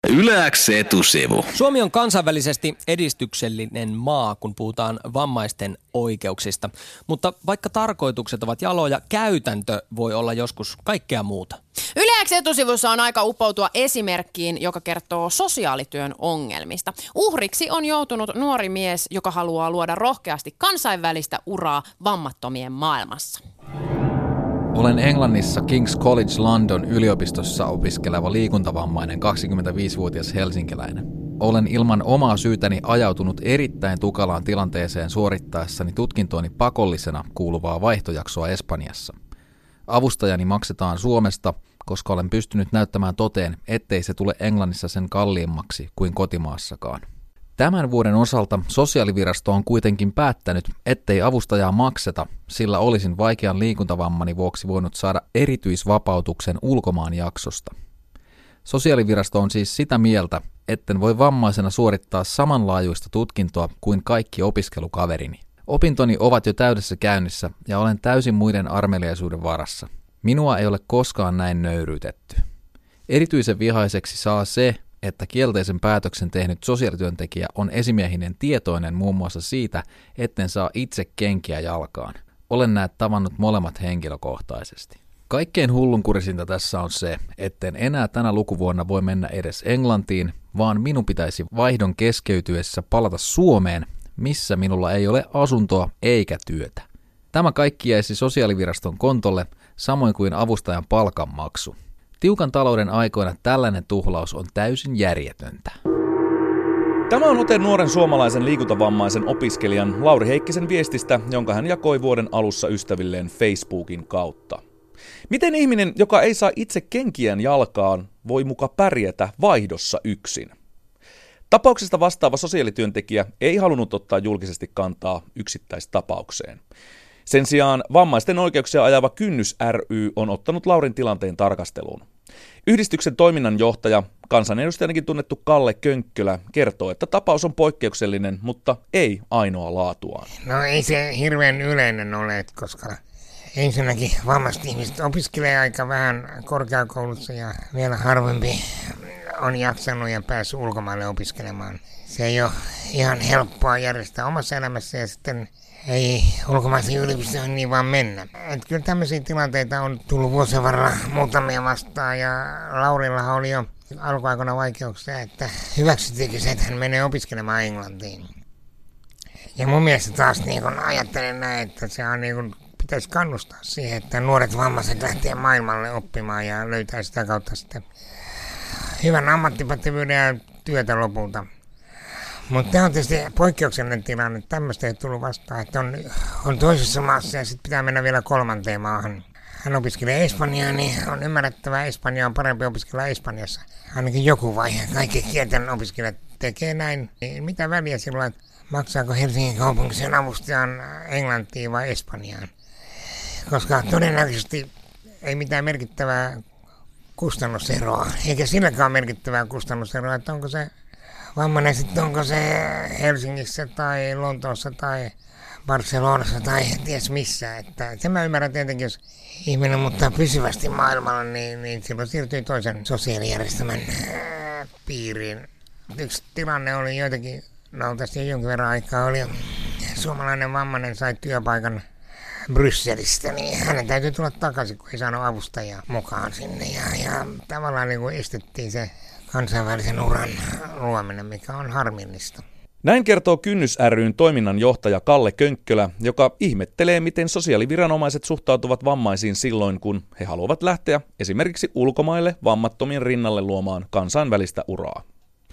Yle X etusivu. Suomi on kansainvälisesti edistyksellinen maa, kun puhutaan vammaisten oikeuksista. Mutta vaikka tarkoitukset ovat jaloja, käytäntö voi olla joskus kaikkea muuta. Yle X etusivussa on aika upoutua esimerkkiin, joka kertoo sosiaalityön ongelmista. Uhriksi on joutunut nuori mies, joka haluaa luoda rohkeasti kansainvälistä uraa vammattomien maailmassa. Olen Englannissa King's College London yliopistossa opiskeleva liikuntavammainen 25-vuotias helsinkiläinen. Olen ilman omaa syytäni ajautunut erittäin tukalaan tilanteeseen suorittaessani tutkintooni pakollisena kuuluvaa vaihtojaksoa Espanjassa. Avustajani maksetaan Suomesta, koska olen pystynyt näyttämään toteen, ettei se tule Englannissa sen kalliimmaksi kuin kotimaassakaan. Tämän vuoden osalta sosiaalivirasto on kuitenkin päättänyt, ettei avustajaa makseta, sillä olisin vaikean liikuntavammani vuoksi voinut saada erityisvapautuksen ulkomaanjaksosta. Sosiaalivirasto on siis sitä mieltä, etten voi vammaisena suorittaa samanlaajuista tutkintoa kuin kaikki opiskelukaverini. Opintoni ovat jo täydessä käynnissä ja olen täysin muiden armeliaisuuden varassa. Minua ei ole koskaan näin nöyryytetty. Erityisen vihaiseksi saa se, että kielteisen päätöksen tehnyt sosiaalityöntekijä on esimiehinen tietoinen muun muassa siitä, etten saa itse kenkiä jalkaan. Olen näet tavannut molemmat henkilökohtaisesti. Kaikkein hullunkurisinta tässä on se, etten enää tänä lukuvuonna voi mennä edes Englantiin, vaan minun pitäisi vaihdon keskeytyessä palata Suomeen, missä minulla ei ole asuntoa eikä työtä. Tämä kaikki jäisi sosiaaliviraston kontolle, samoin kuin avustajan palkanmaksu. Tiukan talouden aikoina tällainen tuhlaus on täysin järjetöntä. Tämä on ote nuoren suomalaisen liikuntavammaisen opiskelijan Lauri Heikkisen viestistä, jonka hän jakoi vuoden alussa ystävilleen Facebookin kautta. Miten ihminen, joka ei saa itse kenkiään jalkaan, voi muka pärjätä vaihdossa yksin? Tapauksesta vastaava sosiaalityöntekijä ei halunnut ottaa julkisesti kantaa yksittäistapaukseen. Sen sijaan vammaisten oikeuksia ajava Kynnys ry on ottanut Laurin tilanteen tarkasteluun. Yhdistyksen toiminnanjohtaja, kansanedustajanakin tunnettu Kalle Könkkölä, kertoo, että tapaus on poikkeuksellinen, mutta ei ainoa laatuaan. No ei se hirveän yleinen ole, koska ensinnäkin vammaiset ihmiset opiskelee aika vähän korkeakoulussa ja vielä harvempi on jaksanut ja päässyt ulkomaille opiskelemaan. Se ei ole ihan helppoa järjestää omassa elämässä ja sitten ei ulkomaisiin yliopistoihin niin vaan mennä. Et kyllä tämmöisiä tilanteita on tullut vuosien varrella muutamia vastaan ja Laurillahan oli jo alkuaikoina vaikeuksia, että hyväksyttiinkö se, että hän menee opiskelemaan Englantiin. Ja mun mielestä taas niin kun ajattelen näin, että se on niin kun pitäisi kannustaa siihen, että nuoret vammaiset lähtee maailmalle oppimaan ja löytää sitä kautta sitten hyvän ammattipätevyyden ja työtä lopulta. Mutta tämä on tietysti poikkeuksellinen tilanne, että tämmöistä ei tullut vastaan, että on toisessa maassa ja sitten pitää mennä vielä kolmanteen maahan. Hän opiskelee Espanjaa, niin on ymmärrettävää, Espanja on parempi opiskella Espanjassa. Ainakin joku vaihe, kaikki kielten opiskelijat tekee näin. Mitä väliä silloin, että maksaako Helsingin kaupunki sen avustajan Englantiin vai Espanjaan? Koska todennäköisesti ei mitään merkittävää kustannuseroa, eikä silläkään merkittävää kustannuseroa, että onko se vammainen sitten, onko se Helsingissä tai Lontoossa tai Barcelonassa tai ties missä. Että sen mä ymmärrän tietenkin, jos ihminen muuttaa pysyvästi maailmalla, niin silloin siirtyy toisen sosiaalijärjestelmän piiriin. Yksi tilanne oli joitakin, tästä jo jonkin verran aikaa oli, suomalainen vammainen sai työpaikan Brysselistä, niin hänen täytyy tulla takaisin, kun ei saanut avustajaa mukaan sinne. Ja tavallaan niin kuin estettiin se kansainvälisen uran luominen, mikä on harmillista. Näin kertoo Kynnys ry:n toiminnanjohtaja Kalle Könkkölä, joka ihmettelee, miten sosiaaliviranomaiset suhtautuvat vammaisiin silloin, kun he haluavat lähteä esimerkiksi ulkomaille vammattomien rinnalle luomaan kansainvälistä uraa.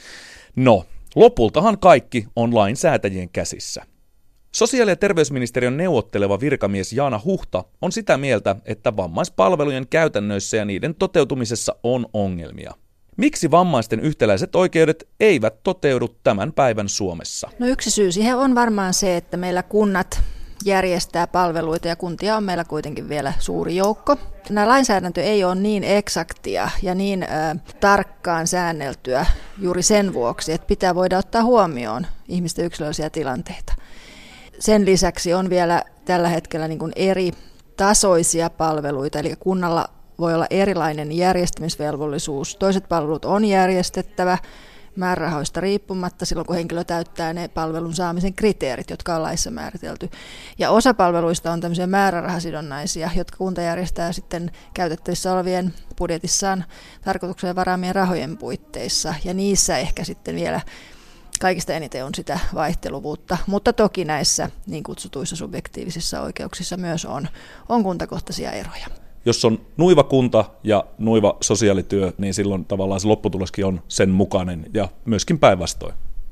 No, lopultahan kaikki on lainsäätäjien käsissä. Sosiaali- ja terveysministeriön neuvotteleva virkamies Jaana Huhta on sitä mieltä, että vammaispalvelujen käytännöissä ja niiden toteutumisessa on ongelmia. Miksi vammaisten yhtäläiset oikeudet eivät toteudu tämän päivän Suomessa? No yksi syy siihen on varmaan se, että meillä kunnat järjestää palveluita ja kuntia on meillä kuitenkin vielä suuri joukko. Nämä lainsäädäntö ei ole niin eksaktia ja niin tarkkaan säänneltyä juuri sen vuoksi, että pitää voida ottaa huomioon ihmisten yksilöllisiä tilanteita. Sen lisäksi on vielä tällä hetkellä niin kuin eri tasoisia palveluita, eli kunnalla voi olla erilainen järjestämisvelvollisuus. Toiset palvelut on järjestettävä määrärahoista riippumatta silloin, kun henkilö täyttää ne palvelun saamisen kriteerit, jotka on laissa määritelty. Ja osa palveluista on tämmöisiä määrärahasidonnaisia, jotka kunta järjestää sitten käytettävissä olevien budjetissaan tarkoitukseen varaamien rahojen puitteissa. Ja niissä ehkä sitten vielä kaikista eniten on sitä vaihteluvuutta, mutta toki näissä niin kutsutuissa subjektiivisissa oikeuksissa myös on kuntakohtaisia eroja. Jos on nuiva kunta ja nuiva sosiaalityö, niin silloin tavallaan se lopputuloskin on sen mukainen ja myöskin päinvastoin.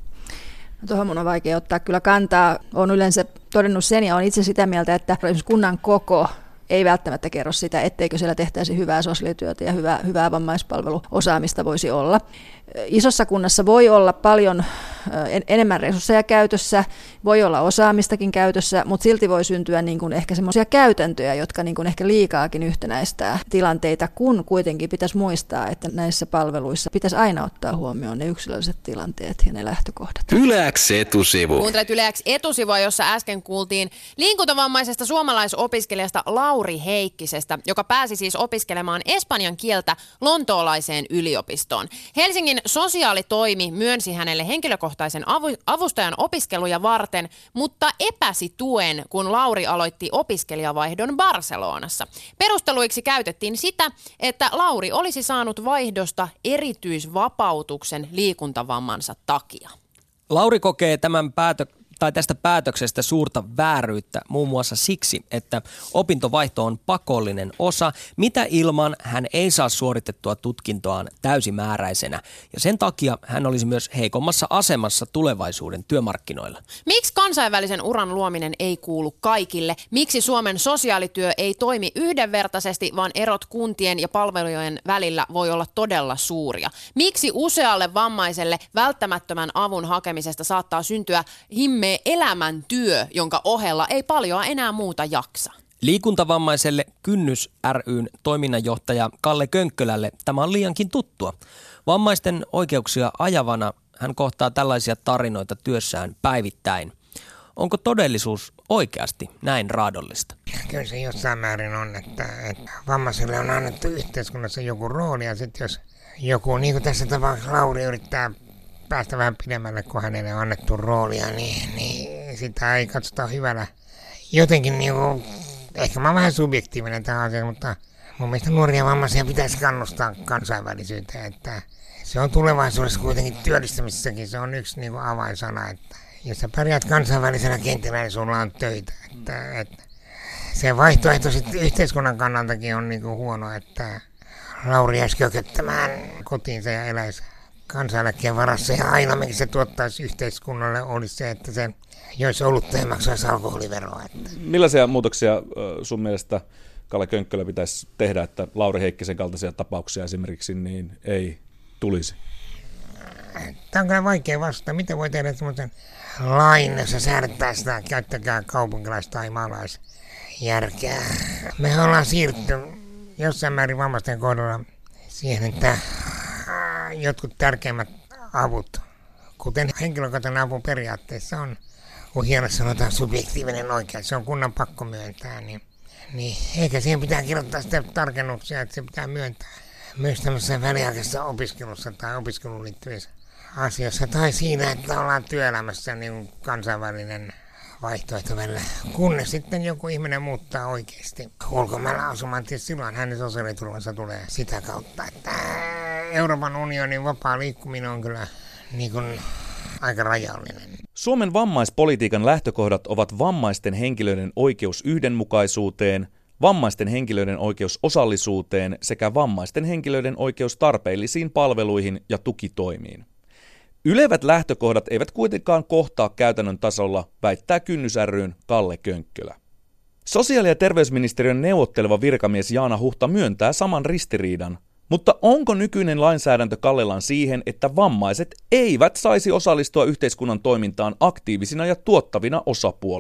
No, tuohon mun on vaikea ottaa kyllä kantaa. Olen yleensä todennut sen ja olen itse sitä mieltä, että esimerkiksi kunnan koko ei välttämättä kerro sitä, etteikö siellä tehtäisi hyvää sosiaalityötä ja hyvää vammaispalveluosaamista voisi olla. Isossa kunnassa voi olla paljon enemmän resursseja käytössä, voi olla osaamistakin käytössä, mutta silti voi syntyä niin kuin ehkä semmoisia käytäntöjä, jotka niin kuin ehkä liikaakin yhtenäistää tilanteita, kun kuitenkin pitäisi muistaa, että näissä palveluissa pitäisi aina ottaa huomioon ne yksilölliset tilanteet ja ne lähtökohdat. Yle X etusivu. Kuuntelet Yle X etusivua, jossa äsken kuultiin liikuntavammaisesta suomalaisopiskelijasta Lauri Heikkisestä, joka pääsi siis opiskelemaan espanjan kieltä lontoolaiseen yliopistoon. Helsingin sosiaalitoimi myönsi hänelle henkilökohtaisen avustajan opiskeluja varten, mutta epäsi tuen, kun Lauri aloitti opiskelijavaihdon Barcelonassa. Perusteluiksi käytettiin sitä, että Lauri olisi saanut vaihdosta erityisvapautuksen liikuntavammansa takia. Lauri kokee tästä päätöksestä suurta vääryyttä muun muassa siksi, että opintovaihto on pakollinen osa, mitä ilman hän ei saa suoritettua tutkintoaan täysimääräisenä. Ja sen takia hän olisi myös heikommassa asemassa tulevaisuuden työmarkkinoilla. Miksi kansainvälisen uran luominen ei kuulu kaikille? Miksi Suomen sosiaalityö ei toimi yhdenvertaisesti, vaan erot kuntien ja palvelujen välillä voi olla todella suuria? Miksi usealle vammaiselle välttämättömän avun hakemisesta saattaa syntyä elämäntyö, jonka ohella ei paljon enää muuta jaksa? Liikuntavammaiselle Kynnys ry:n toiminnanjohtaja Kalle Könkkölälle tämä on liiankin tuttua. Vammaisten oikeuksia ajavana hän kohtaa tällaisia tarinoita työssään päivittäin. Onko todellisuus oikeasti näin raadollista? Kyllä se jossain määrin on, että vammaisille on annettu yhteiskunnassa joku rooli ja sitten jos joku, niin kuin tässä tapauksessa Lauri yrittää päästä vähän pidemmälle, kun hänelle on annettu roolia, niin sitä ei katsota hyvällä. Jotenkin niinku, ehkä mä oon vähän subjektiivinen tähän asiaan, mutta mun mielestä nuoria vammaisia pitäisi kannustaa kansainvälisyyteen, että se on tulevaisuudessa kuitenkin työllistämisessäkin, se on yksi niinku avainsana, että jos sä pärjäät kansainvälisenä kentällä, niin sulla on töitä, että se vaihtoehto sitten yhteiskunnan kannaltakin on niinku huono, että Lauri jäisi kököttämään kotiinsa ja eläisi kansaneläkkeen varassa ja aina mikä se tuottaisi yhteiskunnalle olisi se, että se joisi olutta ja maksaisi alkoholiveroa. Millaisia muutoksia sun mielestä, Kalle Könkkölä, pitäisi tehdä, että Lauri Heikkisen kaltaisia tapauksia esimerkiksi niin ei tulisi? Tämä on kyllä vaikea vastata. Miten voi tehdä sellaisen lain, jossa säädetään sitä, käyttäkää kaupunkilais- tai maalaisjärkeä. Me ollaan siirrytty jossain määrin vammaisten kohdalla siihen, että jotkut tärkeimmät avut, kuten henkilökohtainen apu periaatteessa on, kun hienosti sanotaan subjektiivinen oikeus, se on kunnan pakko myöntää, niin eikä siihen pitää kirjoittaa sitten tarkennuksia, että se pitää myöntää myös tämmöisessä väliaikaisessa opiskelussa tai opiskeluun liittyvissä asioissa tai siinä, että ollaan työelämässä niin kansainvälinen vaihtoehto välillä, kunnes sitten joku ihminen muuttaa oikeasti ulkomailla asumaan, tietysti silloin hänen sosiaaliturvansa tulee sitä kautta, että Euroopan unionin vapaa liikkuminen on kyllä niin kuin aika rajallinen. Suomen vammaispolitiikan lähtökohdat ovat vammaisten henkilöiden oikeus yhdenmukaisuuteen, vammaisten henkilöiden oikeus osallisuuteen sekä vammaisten henkilöiden oikeus tarpeellisiin palveluihin ja tukitoimiin. Ylevät lähtökohdat eivät kuitenkaan kohtaa käytännön tasolla, väittää Kynnys ry:n Kalle Könkkölä. Sosiaali- ja terveysministeriön neuvotteleva virkamies Jaana Huhta myöntää saman ristiriidan, mutta onko nykyinen lainsäädäntö kallellaan siihen, että vammaiset eivät saisi osallistua yhteiskunnan toimintaan aktiivisina ja tuottavina osapuolina?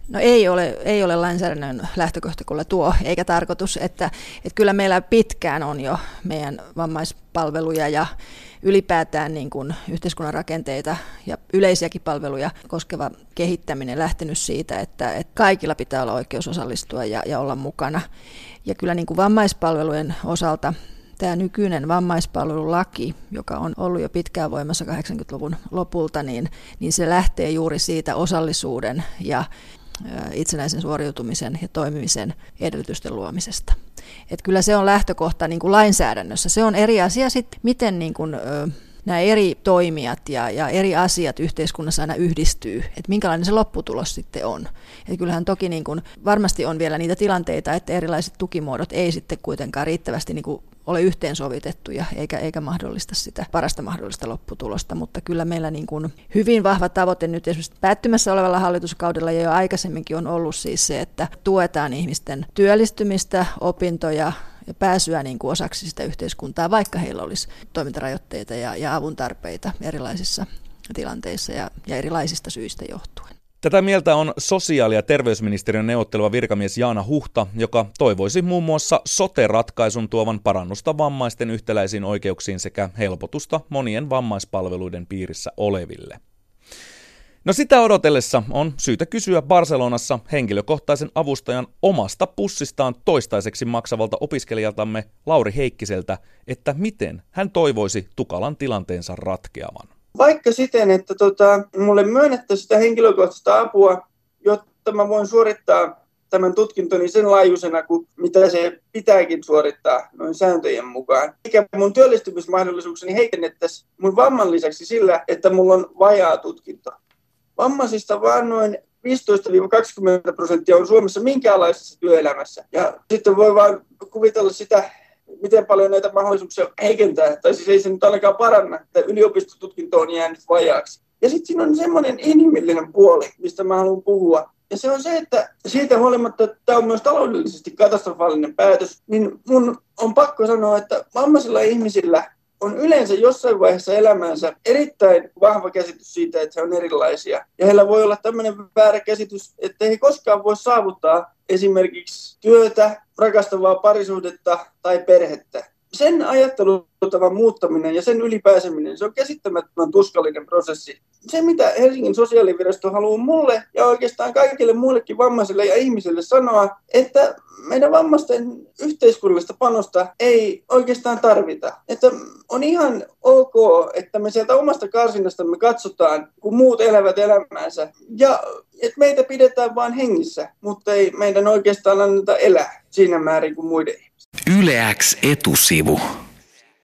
No ei ole lainsäädännön lähtökohta kyllä tuo, eikä tarkoitus, että kyllä meillä pitkään on jo meidän vammaispalveluja ja ylipäätään niin kuin yhteiskunnan rakenteita ja yleisiäkin palveluja koskeva kehittäminen lähtenyt siitä, että kaikilla pitää olla oikeus osallistua ja olla mukana. Ja kyllä niin kuin vammaispalvelujen osalta tämä nykyinen vammaispalvelulaki, joka on ollut jo pitkään voimassa 80-luvun lopulta, niin se lähtee juuri siitä osallisuuden ja itsenäisen suoriutumisen ja toimimisen edellytysten luomisesta. Että kyllä se on lähtökohta niin kuin lainsäädännössä. Se on eri asia sitten, miten niin kuin, nämä eri toimijat ja eri asiat yhteiskunnassa aina yhdistyy, että minkälainen se lopputulos sitten on. Että kyllähän toki niin kuin, varmasti on vielä niitä tilanteita, että erilaiset tukimuodot ei sitten kuitenkaan riittävästi niin kuin ole yhteensovitettuja eikä mahdollista sitä parasta mahdollista lopputulosta, mutta kyllä meillä niin kuin hyvin vahva tavoite nyt esimerkiksi päättymässä olevalla hallituskaudella ja jo aikaisemminkin on ollut siis se, että tuetaan ihmisten työllistymistä, opintoja ja pääsyä niin kuin osaksi sitä yhteiskuntaa, vaikka heillä olisi toimintarajoitteita ja avun tarpeita erilaisissa tilanteissa ja erilaisista syistä johtuen. Tätä mieltä on sosiaali- ja terveysministeriön neuvotteleva virkamies Jaana Huhta, joka toivoisi muun muassa sote-ratkaisun tuovan parannusta vammaisten yhtäläisiin oikeuksiin sekä helpotusta monien vammaispalveluiden piirissä oleville. No sitä odotellessa on syytä kysyä Barcelonassa henkilökohtaisen avustajan omasta pussistaan toistaiseksi maksavalta opiskelijaltamme Lauri Heikkiseltä, että miten hän toivoisi tukalan tilanteensa ratkeavan. Vaikka siten, että mulle myönnettäisiin sitä henkilökohtaista apua, jotta mä voin suorittaa tämän tutkintoni sen laajuisena kuin mitä se pitääkin suorittaa noin sääntöjen mukaan. Eikä mun työllistymismahdollisuukseni heikennettäisi mun vamman lisäksi sillä, että mulla on vajaa tutkinto. Vammaisista vaan noin 15-20% on Suomessa minkäänlaisessa työelämässä. Ja sitten voi vaan kuvitella sitä, miten paljon näitä mahdollisuuksia heikentää, tai siis ei se nyt ainakaan paranna, että yliopistotutkinto on jäänyt vajaaksi. Ja sitten siinä on semmoinen inhimillinen puoli, mistä mä haluan puhua. Ja se on se, että siitä huolimatta, että tämä on myös taloudellisesti katastrofaalinen päätös, niin mun on pakko sanoa, että vammaisilla ihmisillä on yleensä jossain vaiheessa elämäänsä erittäin vahva käsitys siitä, että he on erilaisia. Ja heillä voi olla tämmöinen väärä käsitys, että he koskaan voi saavuttaa esimerkiksi työtä, rakastavaa parisuhdetta tai perhettä. Sen ajattelutavan muuttaminen ja sen ylipääseminen, se on käsittämättömän tuskallinen prosessi. Se, mitä Helsingin sosiaalivirasto haluaa mulle ja oikeastaan kaikille muillekin vammaisille ja ihmisille sanoa, että meidän vammaisten yhteiskunnallista panosta ei oikeastaan tarvita. Että on ihan ok, että me sieltä omasta karsinnastamme katsotaan, kun muut elävät elämäänsä. Ja että meitä pidetään vain hengissä, mutta ei meidän oikeastaan anneta elää siinä määrin kuin muiden. Yle X etusivu.